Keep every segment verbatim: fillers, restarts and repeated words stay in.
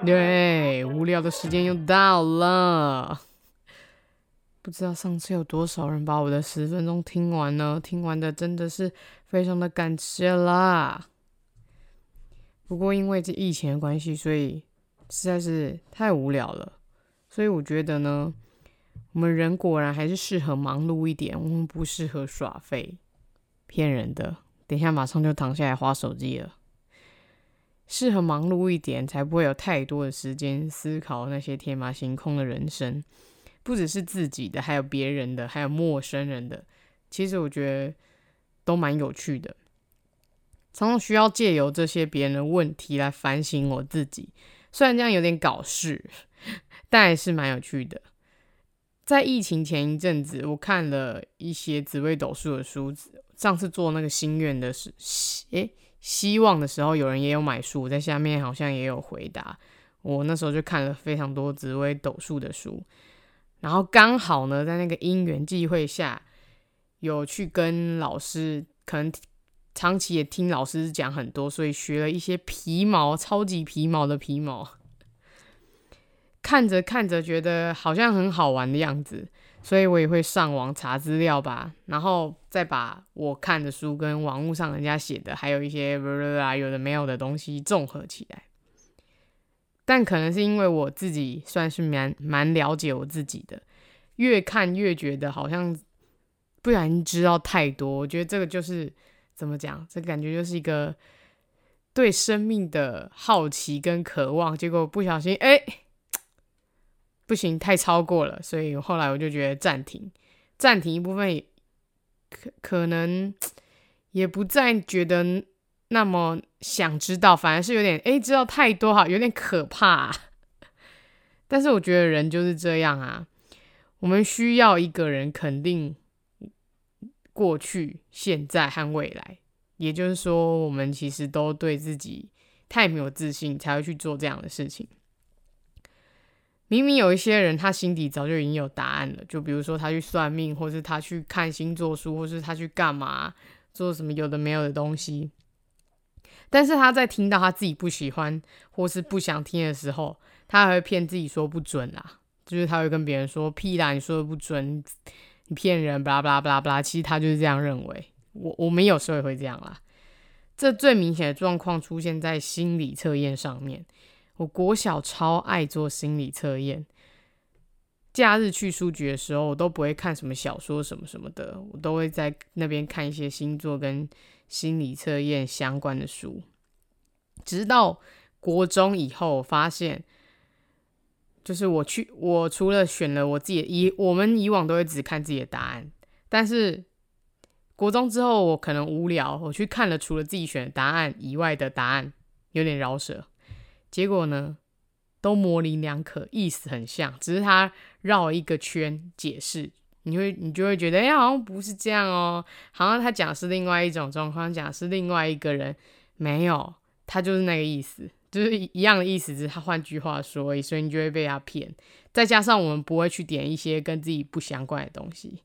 对，无聊的时间又到了。不知道上次有多少人把我的十分钟听完呢？听完的真的是非常的感谢啦。不过因为这疫情的关系，所以实在是太无聊了。所以我觉得呢，我们人果然还是适合忙碌一点，我们不适合耍废。骗人的，等一下马上就躺下来滑手机了。适合忙碌一点，才不会有太多的时间思考那些天马行空的人生，不只是自己的，还有别人的，还有陌生人的。其实我觉得都蛮有趣的，常常需要借由这些别人的问题来反省我自己。虽然这样有点搞事，但还是蛮有趣的。在疫情前一阵子，我看了一些紫微斗数的书。上次做那个心愿的是，诶，希望的时候，有人也有买书，我在下面好像也有回答。我那时候就看了非常多紫微斗数的书，然后刚好呢，在那个因缘际会下，有去跟老师，可能长期也听老师讲很多，所以学了一些皮毛，超级皮毛的皮毛。看着看着觉得好像很好玩的样子，所以我也会上网查资料吧，然后再把我看的书跟网络上人家写的，还有一些有的没有的东西综合起来。但可能是因为我自己算是蛮蛮了解我自己的，越看越觉得好像不小心知道太多。我觉得这个就是怎么讲，这感觉就是一个对生命的好奇跟渴望，结果不小心哎。欸不行，太超过了，所以后来我就觉得暂停，暂停一部分可可能也不再觉得那么想知道，反而是有点哎，知道太多哈，有点可怕啊。但是我觉得人就是这样啊，我们需要一个人肯定过去、现在和未来，也就是说，我们其实都对自己太没有自信，才会去做这样的事情。明明有一些人他心底早就已经有答案了，就比如说他去算命，或是他去看星座书，或是他去干嘛做什么有的没有的东西，但是他在听到他自己不喜欢或是不想听的时候，他还会骗自己说不准啦，就是他会跟别人说屁啦，你说的不准，你骗人，巴拉巴拉巴拉巴拉。其实他就是这样认为。我我们有时候也会这样啦。这最明显的状况出现在心理测验上面。我国小超爱做心理测验，假日去书局的时候，我都不会看什么小说什么什么的，我都会在那边看一些星座跟心理测验相关的书。直到国中以后，我发现，就是我去，我除了选了我自己的，以我们以往都会只看自己的答案，但是国中之后，我可能无聊，我去看了除了自己选的答案以外的答案，有点饶舌。结果呢，都模棱两可，意思很像，只是他绕一个圈解释，你会你就会觉得，哎、欸，好像不是这样哦，好像他讲的是另外一种状况，讲的是另外一个人，没有，他就是那个意思，就是一样的意思，只是他换句话说而已，所以你就会被他骗。再加上我们不会去点一些跟自己不相关的东西，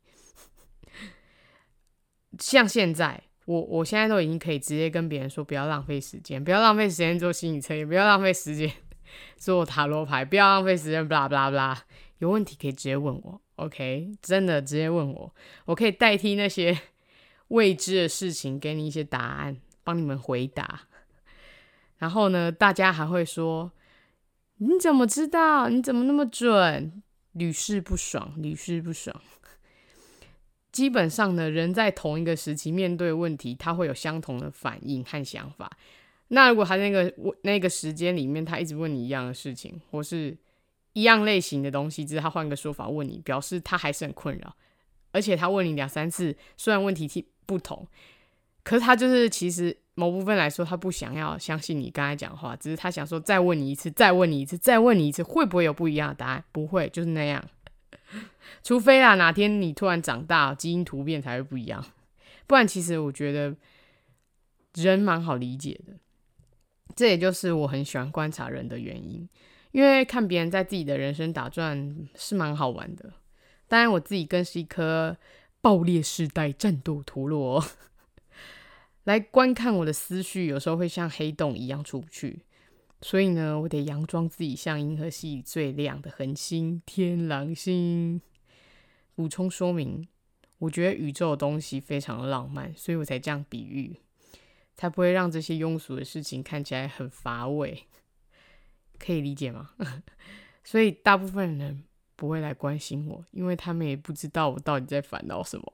像现在。我我现在都已经可以直接跟别人说，不要浪费时间，不要浪费时间做心理测验，不要浪费时间做塔罗牌，不要浪费时间，blah blah blah。有问题可以直接问我 ，OK？ 真的直接问我，我可以代替那些未知的事情，给你一些答案，帮你们回答。然后呢，大家还会说，你怎么知道？你怎么那么准？屡试不爽，屡试不爽。基本上呢，人在同一个时期面对问题，他会有相同的反应和想法。那如果他那个那个时间里面，他一直问你一样的事情，或是一样类型的东西，只是他换个说法问你，表示他还是很困扰。而且他问你两三次，虽然问题不同，可是他就是其实某部分来说，他不想要相信你刚才讲话，只是他想说再问你一次，再问你一次，再问你一次，会不会有不一样的答案？不会，就是那样。除非啦，哪天你突然长大，基因突变才会不一样。不然，其实我觉得人蛮好理解的。这也就是我很喜欢观察人的原因，因为看别人在自己的人生打转是蛮好玩的。当然，我自己更是一颗爆裂世代战斗陀螺，来观看我的思绪，有时候会像黑洞一样出不去。 所以呢，我得佯装自己像银河系里最亮的恒星天狼星。补充说明，我觉得宇宙的东西非常浪漫，所以我才这样比喻，才不会让这些庸俗的事情看起来很乏味。可以理解吗？所以大部分人不会来关心我，因为他们也不知道我到底在烦恼什么。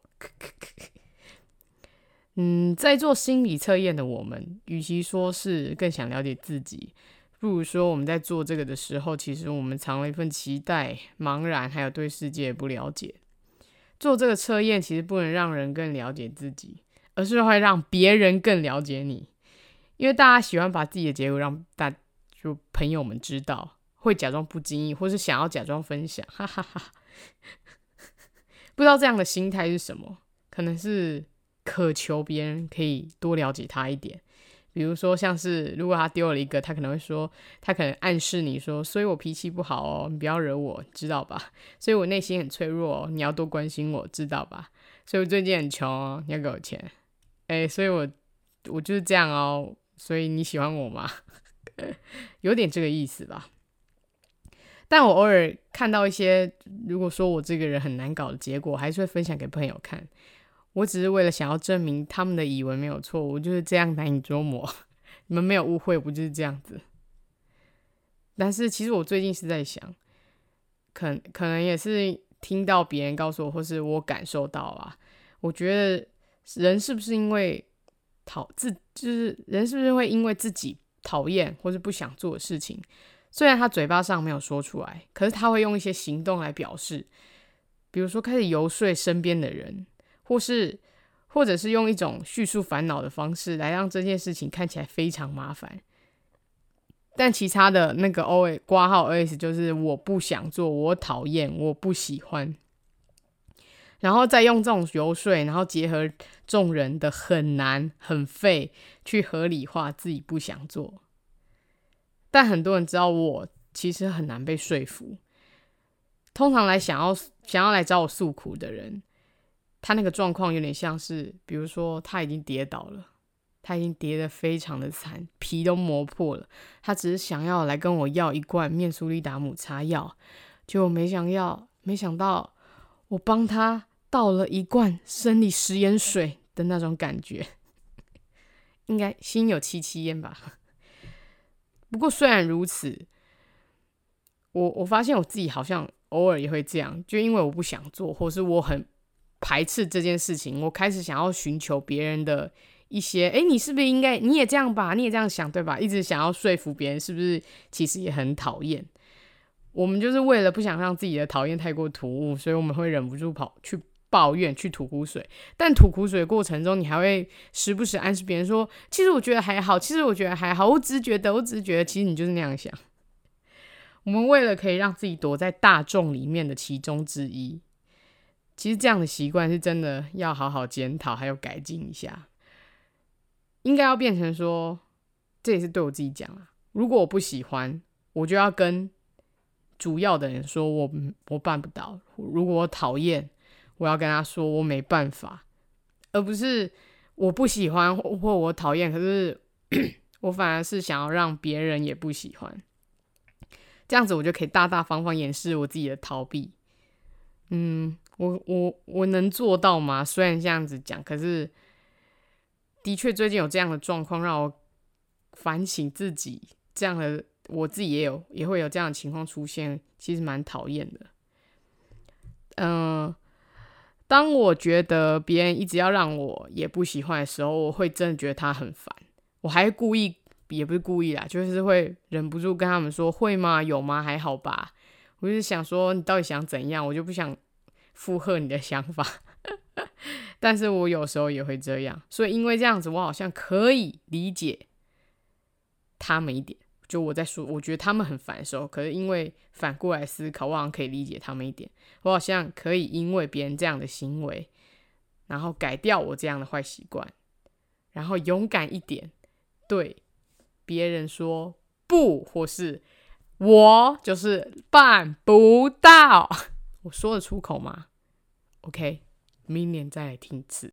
嗯，在做心理测验的我们，与其说是更想了解自己，不如说我们在做这个的时候，其实我们藏了一份期待、茫然，还有对世界不了解。做这个测验其实不能让人更了解自己，而是会让别人更了解你。因为大家喜欢把自己的结果让大就朋友们知道，会假装不经意，或是想要假装分享，哈哈哈。不知道这样的心态是什么，可能是渴求别人可以多了解他一点。比如说像是如果他丢了一个，他可能会说，他可能暗示你说，所以我脾气不好哦，你不要惹我，知道吧？所以我内心很脆弱哦，你要多关心我，知道吧？所以我最近很穷哦，你要给我钱。哎，所以我我就是这样哦，所以你喜欢我吗？有点这个意思吧。但我偶尔看到一些，如果说我这个人很难搞的结果，还是会分享给朋友看。我只是为了想要证明他们的以为没有错，我就是这样难以捉摸。你们没有误会，我就是这样子。但是其实我最近是在想，可可能也是听到别人告诉我，或是我感受到啊，我觉得人是不是因为讨自，就是人是不是会因为自己讨厌或是不想做的事情，虽然他嘴巴上没有说出来，可是他会用一些行动来表示，比如说开始游说身边的人，或是或者是用一种叙述烦恼的方式来让这件事情看起来非常麻烦。但其他的那个 O A 括号 O S 就是我不想做，我讨厌，我不喜欢，然后再用这种游说，然后结合众人的很难很废去合理化自己不想做。但很多人知道我其实很难被说服。通常来想要想要来找我诉苦的人，他那个状况有点像是，比如说他已经跌倒了，他已经跌得非常的惨，皮都磨破了，他只是想要来跟我要一罐面苏利达姆擦药，结果没想要没想到我帮他倒了一罐生理食盐水的那种感觉，应该心有戚戚焉吧。不过虽然如此，我我发现我自己好像偶尔也会这样，就因为我不想做，或是我很排斥这件事情，我开始想要寻求别人的一些，哎，你是不是应该，你也这样吧，你也这样想对吧？一直想要说服别人，是不是其实也很讨厌？我们就是为了不想让自己的讨厌太过突兀，所以我们会忍不住跑去抱怨，去吐苦水。但吐苦水的过程中，你还会时不时暗示别人说，其实我觉得还好，其实我觉得还好，我只是觉得，我只是觉得，其实你就是那样想。我们为了可以让自己躲在大众里面的其中之一，其实这样的习惯是真的要好好检讨，还有改进一下。应该要变成说，这也是对我自己讲啦，如果我不喜欢，我就要跟主要的人说我我办不到。如果我讨厌，我要跟他说我没办法，而不是我不喜欢或我讨厌，可是我反而是想要让别人也不喜欢。这样子我就可以大大方方掩饰我自己的逃避。嗯，我我我能做到吗？虽然这样子讲，可是的确最近有这样的状况，让我反省自己。这样的我自己也有也会有这样的情况出现，其实蛮讨厌的。嗯、呃，当我觉得别人一直要让我也不喜欢的时候，我会真的觉得他很烦。我还故意，也不是故意啦，就是会忍不住跟他们说，会吗？有吗？还好吧。我就是想说，你到底想怎样？我就不想附和你的想法。但是我有时候也会这样，所以因为这样子，我好像可以理解他们一点。就我在说，我觉得他们很烦的时候，可是因为反过来思考，我好像可以理解他们一点。我好像可以因为别人这样的行为，然后改掉我这样的坏习惯，然后勇敢一点，对别人说不，或是我就是办不到。我说得出口吗？ OK， 明年再来听一次。